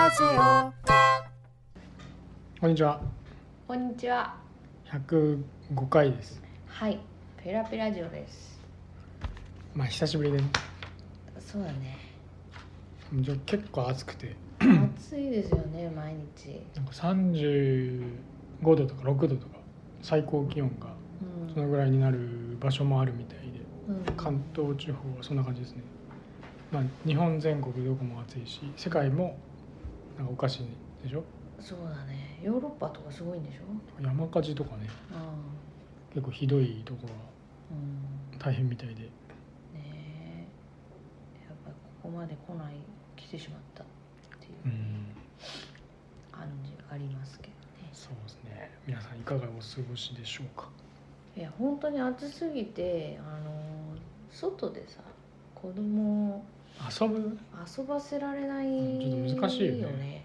ラジオ。 こんにちは。 こんにちは。 105回です。 はい、ペラペラジオです。 まあ久しぶりでね。 そうだね。 結構暑くて暑いですよね、毎日。 なんか35度とか6度とか最高気温がそのぐらいになる場所もあるみたいで、関東地方はそんな感じですね。まあ日本全国どこも暑いし、世界もなんかおかしいでしょ。 そうだね。ヨーロッパとかすごいんでしょ。 山火事とかね、結構ひどいとこは大変みたいで、 ねえ、やっぱりここまで来てしまったっていう感じがありますけどね。 そうですね。皆さんいかがお過ごしでしょうか。 いや本当に暑すぎて外でさ子供を遊ばせられないちょっと難しいよね。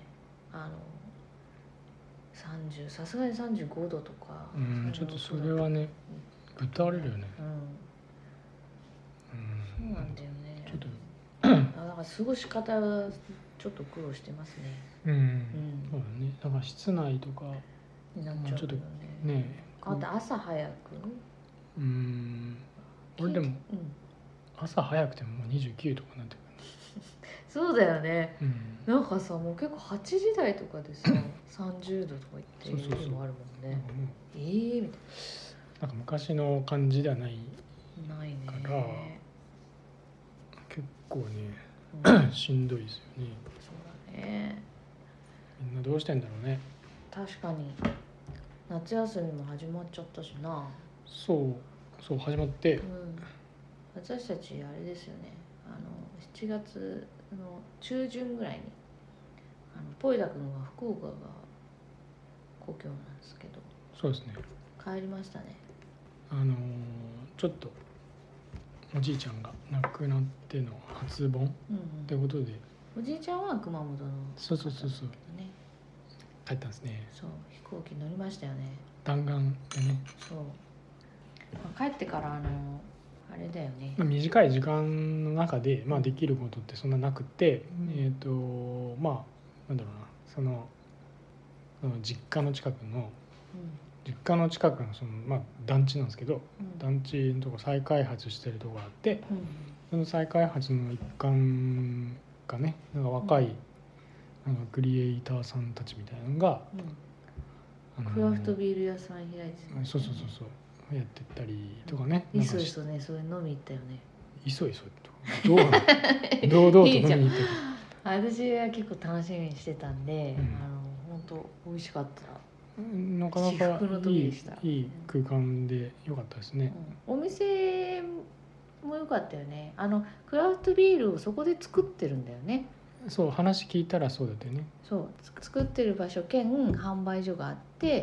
さすがに35度とか、 ちょっとそれはね、ぶっ倒れるよね。 そうなんだよね。 ちょっとだから過ごし方ちょっと苦労してますね。 そうだね。だから室内とかになっちゃうよね。 ちょっとね。 あと朝早く。 俺でも朝早くてももう29とかなんてる。 そうだよね。なんかさもう結構8時台とかでさ30度とか言ってる日もあるもんね。みたいな。 なんか昔の感じではないから、結構ねしんどいですよね。 そうだね。 みんなどうしてんだろうね。 確かに夏休みも始まっちゃったしな。 そう始まって、 私たちあれですよね。7月の中旬ぐらいにポイダ君が福岡が故郷なんですけど。 そうですね。 帰りましたね。 ちょっとおじいちゃんが亡くなっての初盆ってことで、 おじいちゃんは熊本のそうね、帰ったんですね。 そう飛行機乗りましたよね。 弾丸でね。そう、 帰ってからあれだよね。 短い時間の中で、できることってそんななくて、なんだろうな、その実家の近くのその、団地なんですけど、団地のとこ再開発してるとこがあって、その再開発の一環がね、なんか若いなんかクリエイターさんたちみたいなのが、 クラフトビール屋さん開いてた、 そうやってったりとかね。 いそいそね、それ飲み行ったよね。 いそと堂々と飲みに行ってる。 私は結構楽しみにしてたんで、本当美味しかった。 なかなかいい空間で良かったですね。 お店も良かったよね。クラフトビールをそこで作ってるんだよね。 そう、話聞いたらそうだったよね。 そう作ってる場所兼販売所があって、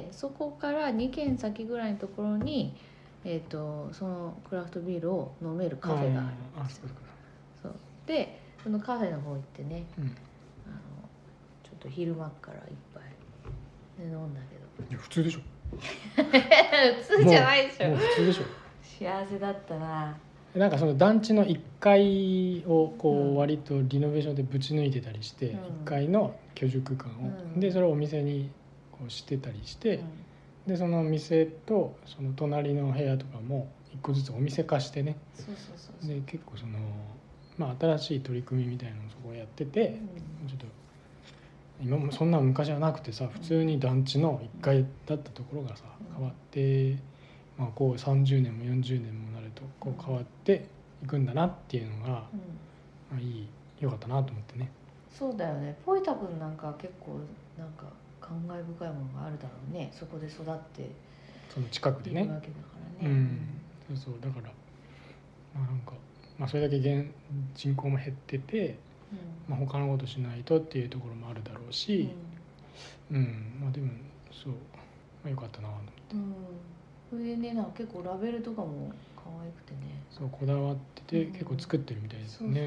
そこから2軒先ぐらいのところに、そのクラフトビールを飲めるカフェがあるんですよ。そうでそのカフェの方行ってね、ちょっと昼間から一杯で飲んだけど。 いや普通でしょ。 普通じゃないでしょ。 もう普通でしょ。 幸せだったな。 なんかその団地の1階をこう割とリノベーションでぶち抜いてたりして、1階の居住空間を、でそれをお店にこうしてたりして、でその店とその隣の部屋とかも1個ずつお店化してね。で結構その新しい取り組みみたいなのをそこやってて、ちょっと今もそんな昔はなくてさ、普通に団地の1階だったところがさ変わって、こう30年も40年もなるとこう変わっていくんだなっていうのが、良かったなと思ってね。 そうだよね。ポイタ君なんか結構なんか感慨深いものがあるだろうね。そこで育ってその近くでね。 いるわけだからね。 そうだからなんか、それだけ人口も減ってて、他のことしないとっていうところもあるだろうし、でもそう良かったなと思って。 それでね、なんか結構ラベルとかも可愛くてね。 そうこだわってて、結構作ってるみたいですね。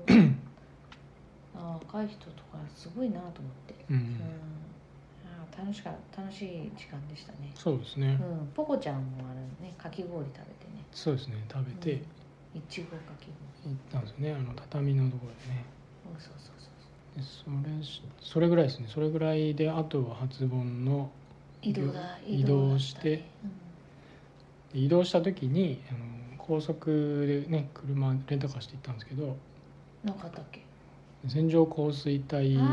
若い人とかすごいなと思って。楽しい時間でしたね。 そうですね。 ポコちゃんもかき氷食べてね。 そうですね、食べて、 いちごかき氷行ったんですよね、畳のところでね。 それぐらいですね。それぐらいで、あとは初盆の移動して、移動した時に高速でね車レンタカーして行ったんですけど、 なかったっけ、 線状降水帯を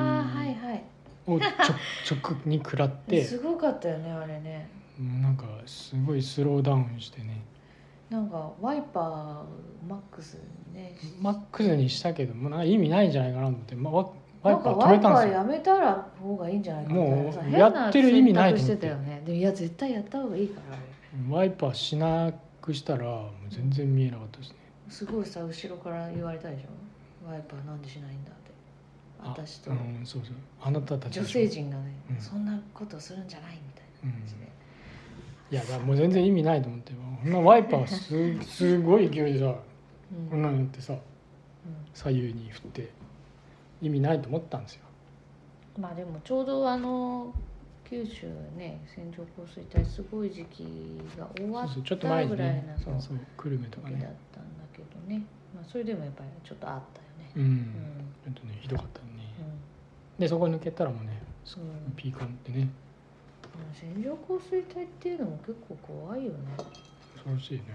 直に食らってすごかったよねあれね。 なんかすごいスローダウンしてね、 なんかワイパーマックスにね、 マックスにしたけどもなんか意味ないんじゃないかなと思って、ワイパーワイパ止めたんですよ。 ーやめたら方がいいんじゃないかみたいな、 もうやってる意味ないと思ってしてたよね。でもいや絶対やった方がいいからあれ。 ワイパーしなくしたらもう全然見えなかったですね。 すごいさ後ろから言われたでしょ、ワイパーなんでしないんだって。私とそうあなたたち女性陣がね、 そんなことするんじゃないみたいな感じで、 いやだもう全然意味ないと思って、こんなワイパーすごい勢いでさ、こんなのやってさ、左右に振って意味ないと思ったんですよ。 まあでもちょうど九州ね線状降水帯すごい時期が終わったぐらいな、 そう久留米とかねだったんだけどね、まあそれでもやっぱりちょっとあったよね。 ちょっとねひどかったね。でそこ抜けたらもうねピーカンってね。 線状降水帯っていうのも結構怖いよね。 恐ろしいね。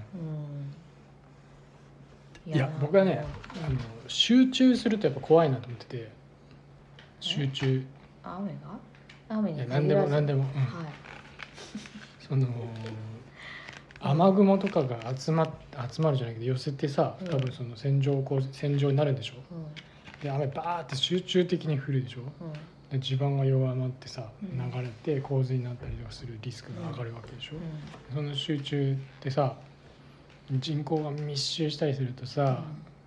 いや僕はね集中するとやっぱ怖いなと思ってて、集中。 雨に限らず。 何でも、その雨雲とかが集まるじゃないけど寄せてさ、多分その線状になるんでしょ。で雨バーって集中的に降るでしょ。で地盤が弱まってさ流れて洪水になったりとかするリスクが上がるわけでしょ。その集中ってさ人口が密集したりするとさ、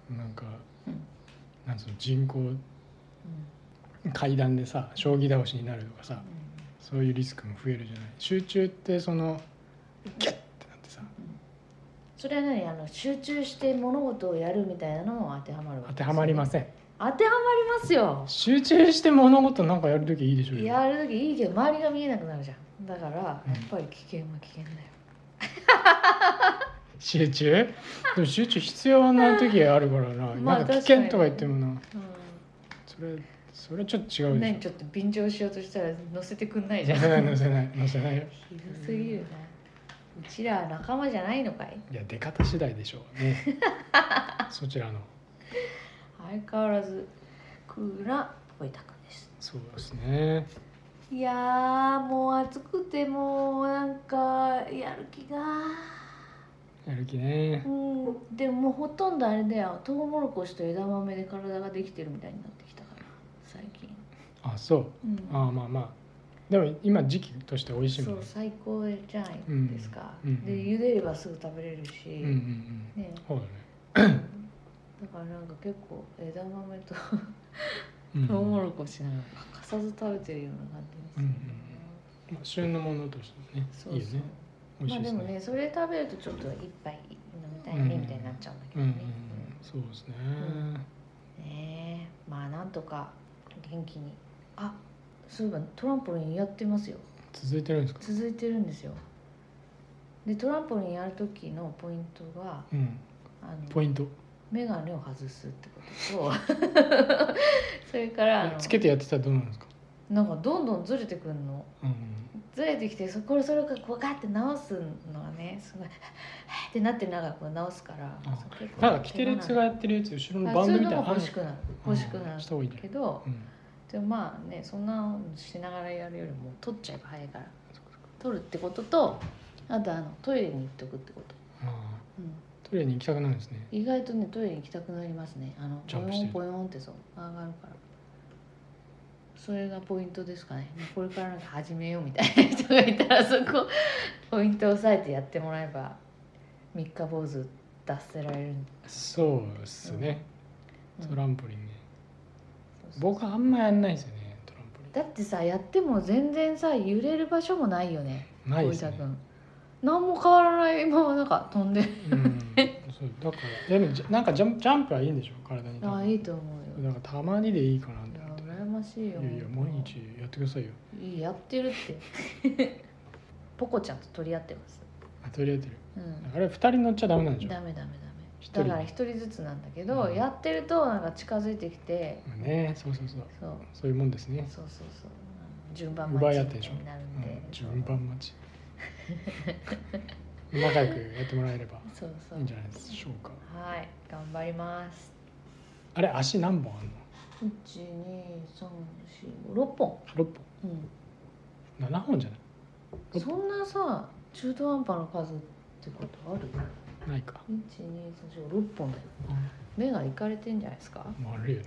なんその人口階段でさ将棋倒しになるとかさ、そういうリスクも増えるじゃない。集中ってそのギュッってなってさ、 それは何集中して物事をやるみたいなのも当てはまるわけですよね。 当てはまりません。 当てはまりますよ。 集中して物事なんかやるときいいでしょ。 やるときいいけど周りが見えなくなるじゃん。だからやっぱり危険は危険だよ。 集中でも集中必要な時あるからな。なんか危険とか言ってもな、それちょっと違うでしょ。 何ちょっと便乗しようとしたら乗せてくんないじゃん。 乗せないよ。 ひどすぎるな。うちらは仲間じゃないのかい。 いや出方次第でしょうね。そちらの相変わらずクールなポイタ君です。 そうですね。 いやもう暑くてもうなんかやる気ね。でももうほとんどあれだよ、トウモロコシと枝豆で体ができてるみたいになってきたから最近。 あそう、まあでも今時期として美味しいもんね。 そう最高じゃないですか、で茹でればすぐ食べれるし、ね、 そうだね。 だからなんか結構枝豆とトウモロコシなんか欠かさず食べてるような感じです、 旬のものとしてねいいよね。 まあでもねそれ食べるとちょっと一杯飲みたいねみたいになっちゃうんだけどね。 そうですね。 ねえまあなんとか元気に。そういえばトランポリンやってますよ。 続いてるんですか？ 続いてるんですよ。でトランポリンやる時のポイントが、 ポイントメガネを外すってこととそれからつけてやってたらどうなんですか？ なんかどんどんずれてくるの、ずれてきてそれをこうガッて直すのがねすごいってなってる中こう直すから、 なんか着てるやつがやってるやつ後ろのバンドみたいなの欲しくなるけど、でもまあねそんなのしながらやるよりも取っちゃえば早いから取るってことと、あとトイレに行っとくってこと。 トイレに行きたくなるんですね。 意外とねトイレに行きたくなりますね。ポヨンってそう上がるから。それがポイントですかね。これからなんか始めようみたいな人がいたらそこポイントを押さえてやってもらえば三日坊主出せられる。 そうですね、トランポリンね。僕はあんまやんないですよねトランポリン。 だってさやっても全然さ揺れる場所もないよね。 ないですね。 何も変わらないままなんか飛んでる。 そうだからでもなんかジャンプはいいんでしょ体に。 いいと思うよ。 だからたまにでいいかなって。 羨ましいよ。 いや毎日やってくださいよ。 やってるってポコちゃんと取り合ってます。 取り合ってる、あれ2人乗っちゃダメなんでしょ。 ダメだから一人ずつなんだけど、やってるとなんか近づいてきて、 ね、そうそういうもんですね。 そう順番待ちみたいになるんで、 順番待ち仲良くやってもらえればいいんじゃないでしょうか。 はい、頑張ります。 あれ、足何本あるの ？1、2、3、4、5、6本。 6本、7本じゃない？ そんなさ中途半端な数ってことある？ ないか。 1、2、3、4、6本だよ。目がいかれてんじゃないですか？ 悪いよな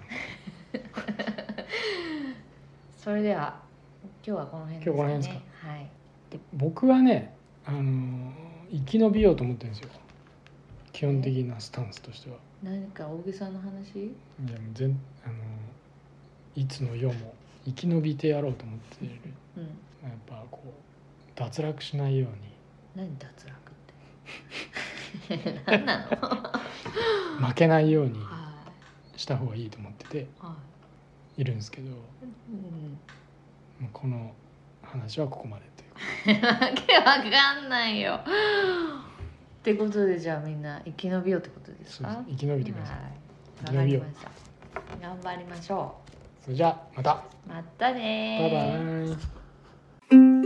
それでは今日はこの辺ですかね。 今日この辺ですか。 はい。 僕はね、生き延びようと思ってるんですよ、基本的なスタンスとしては。 何か大げさな話？ いや、もういつの世も生き延びてやろうと思っている、やっぱこう脱落しないように。 何脱落って何なの？ 負けないようにした方がいいと思ってているんですけど、もうこの話はここまでというわけわかんないよってことで、じゃあみんな生き延びようってことですか？ 生き延びてください。 わかりました。頑張りましょう。それじゃあまた。 またね。 バイバイ。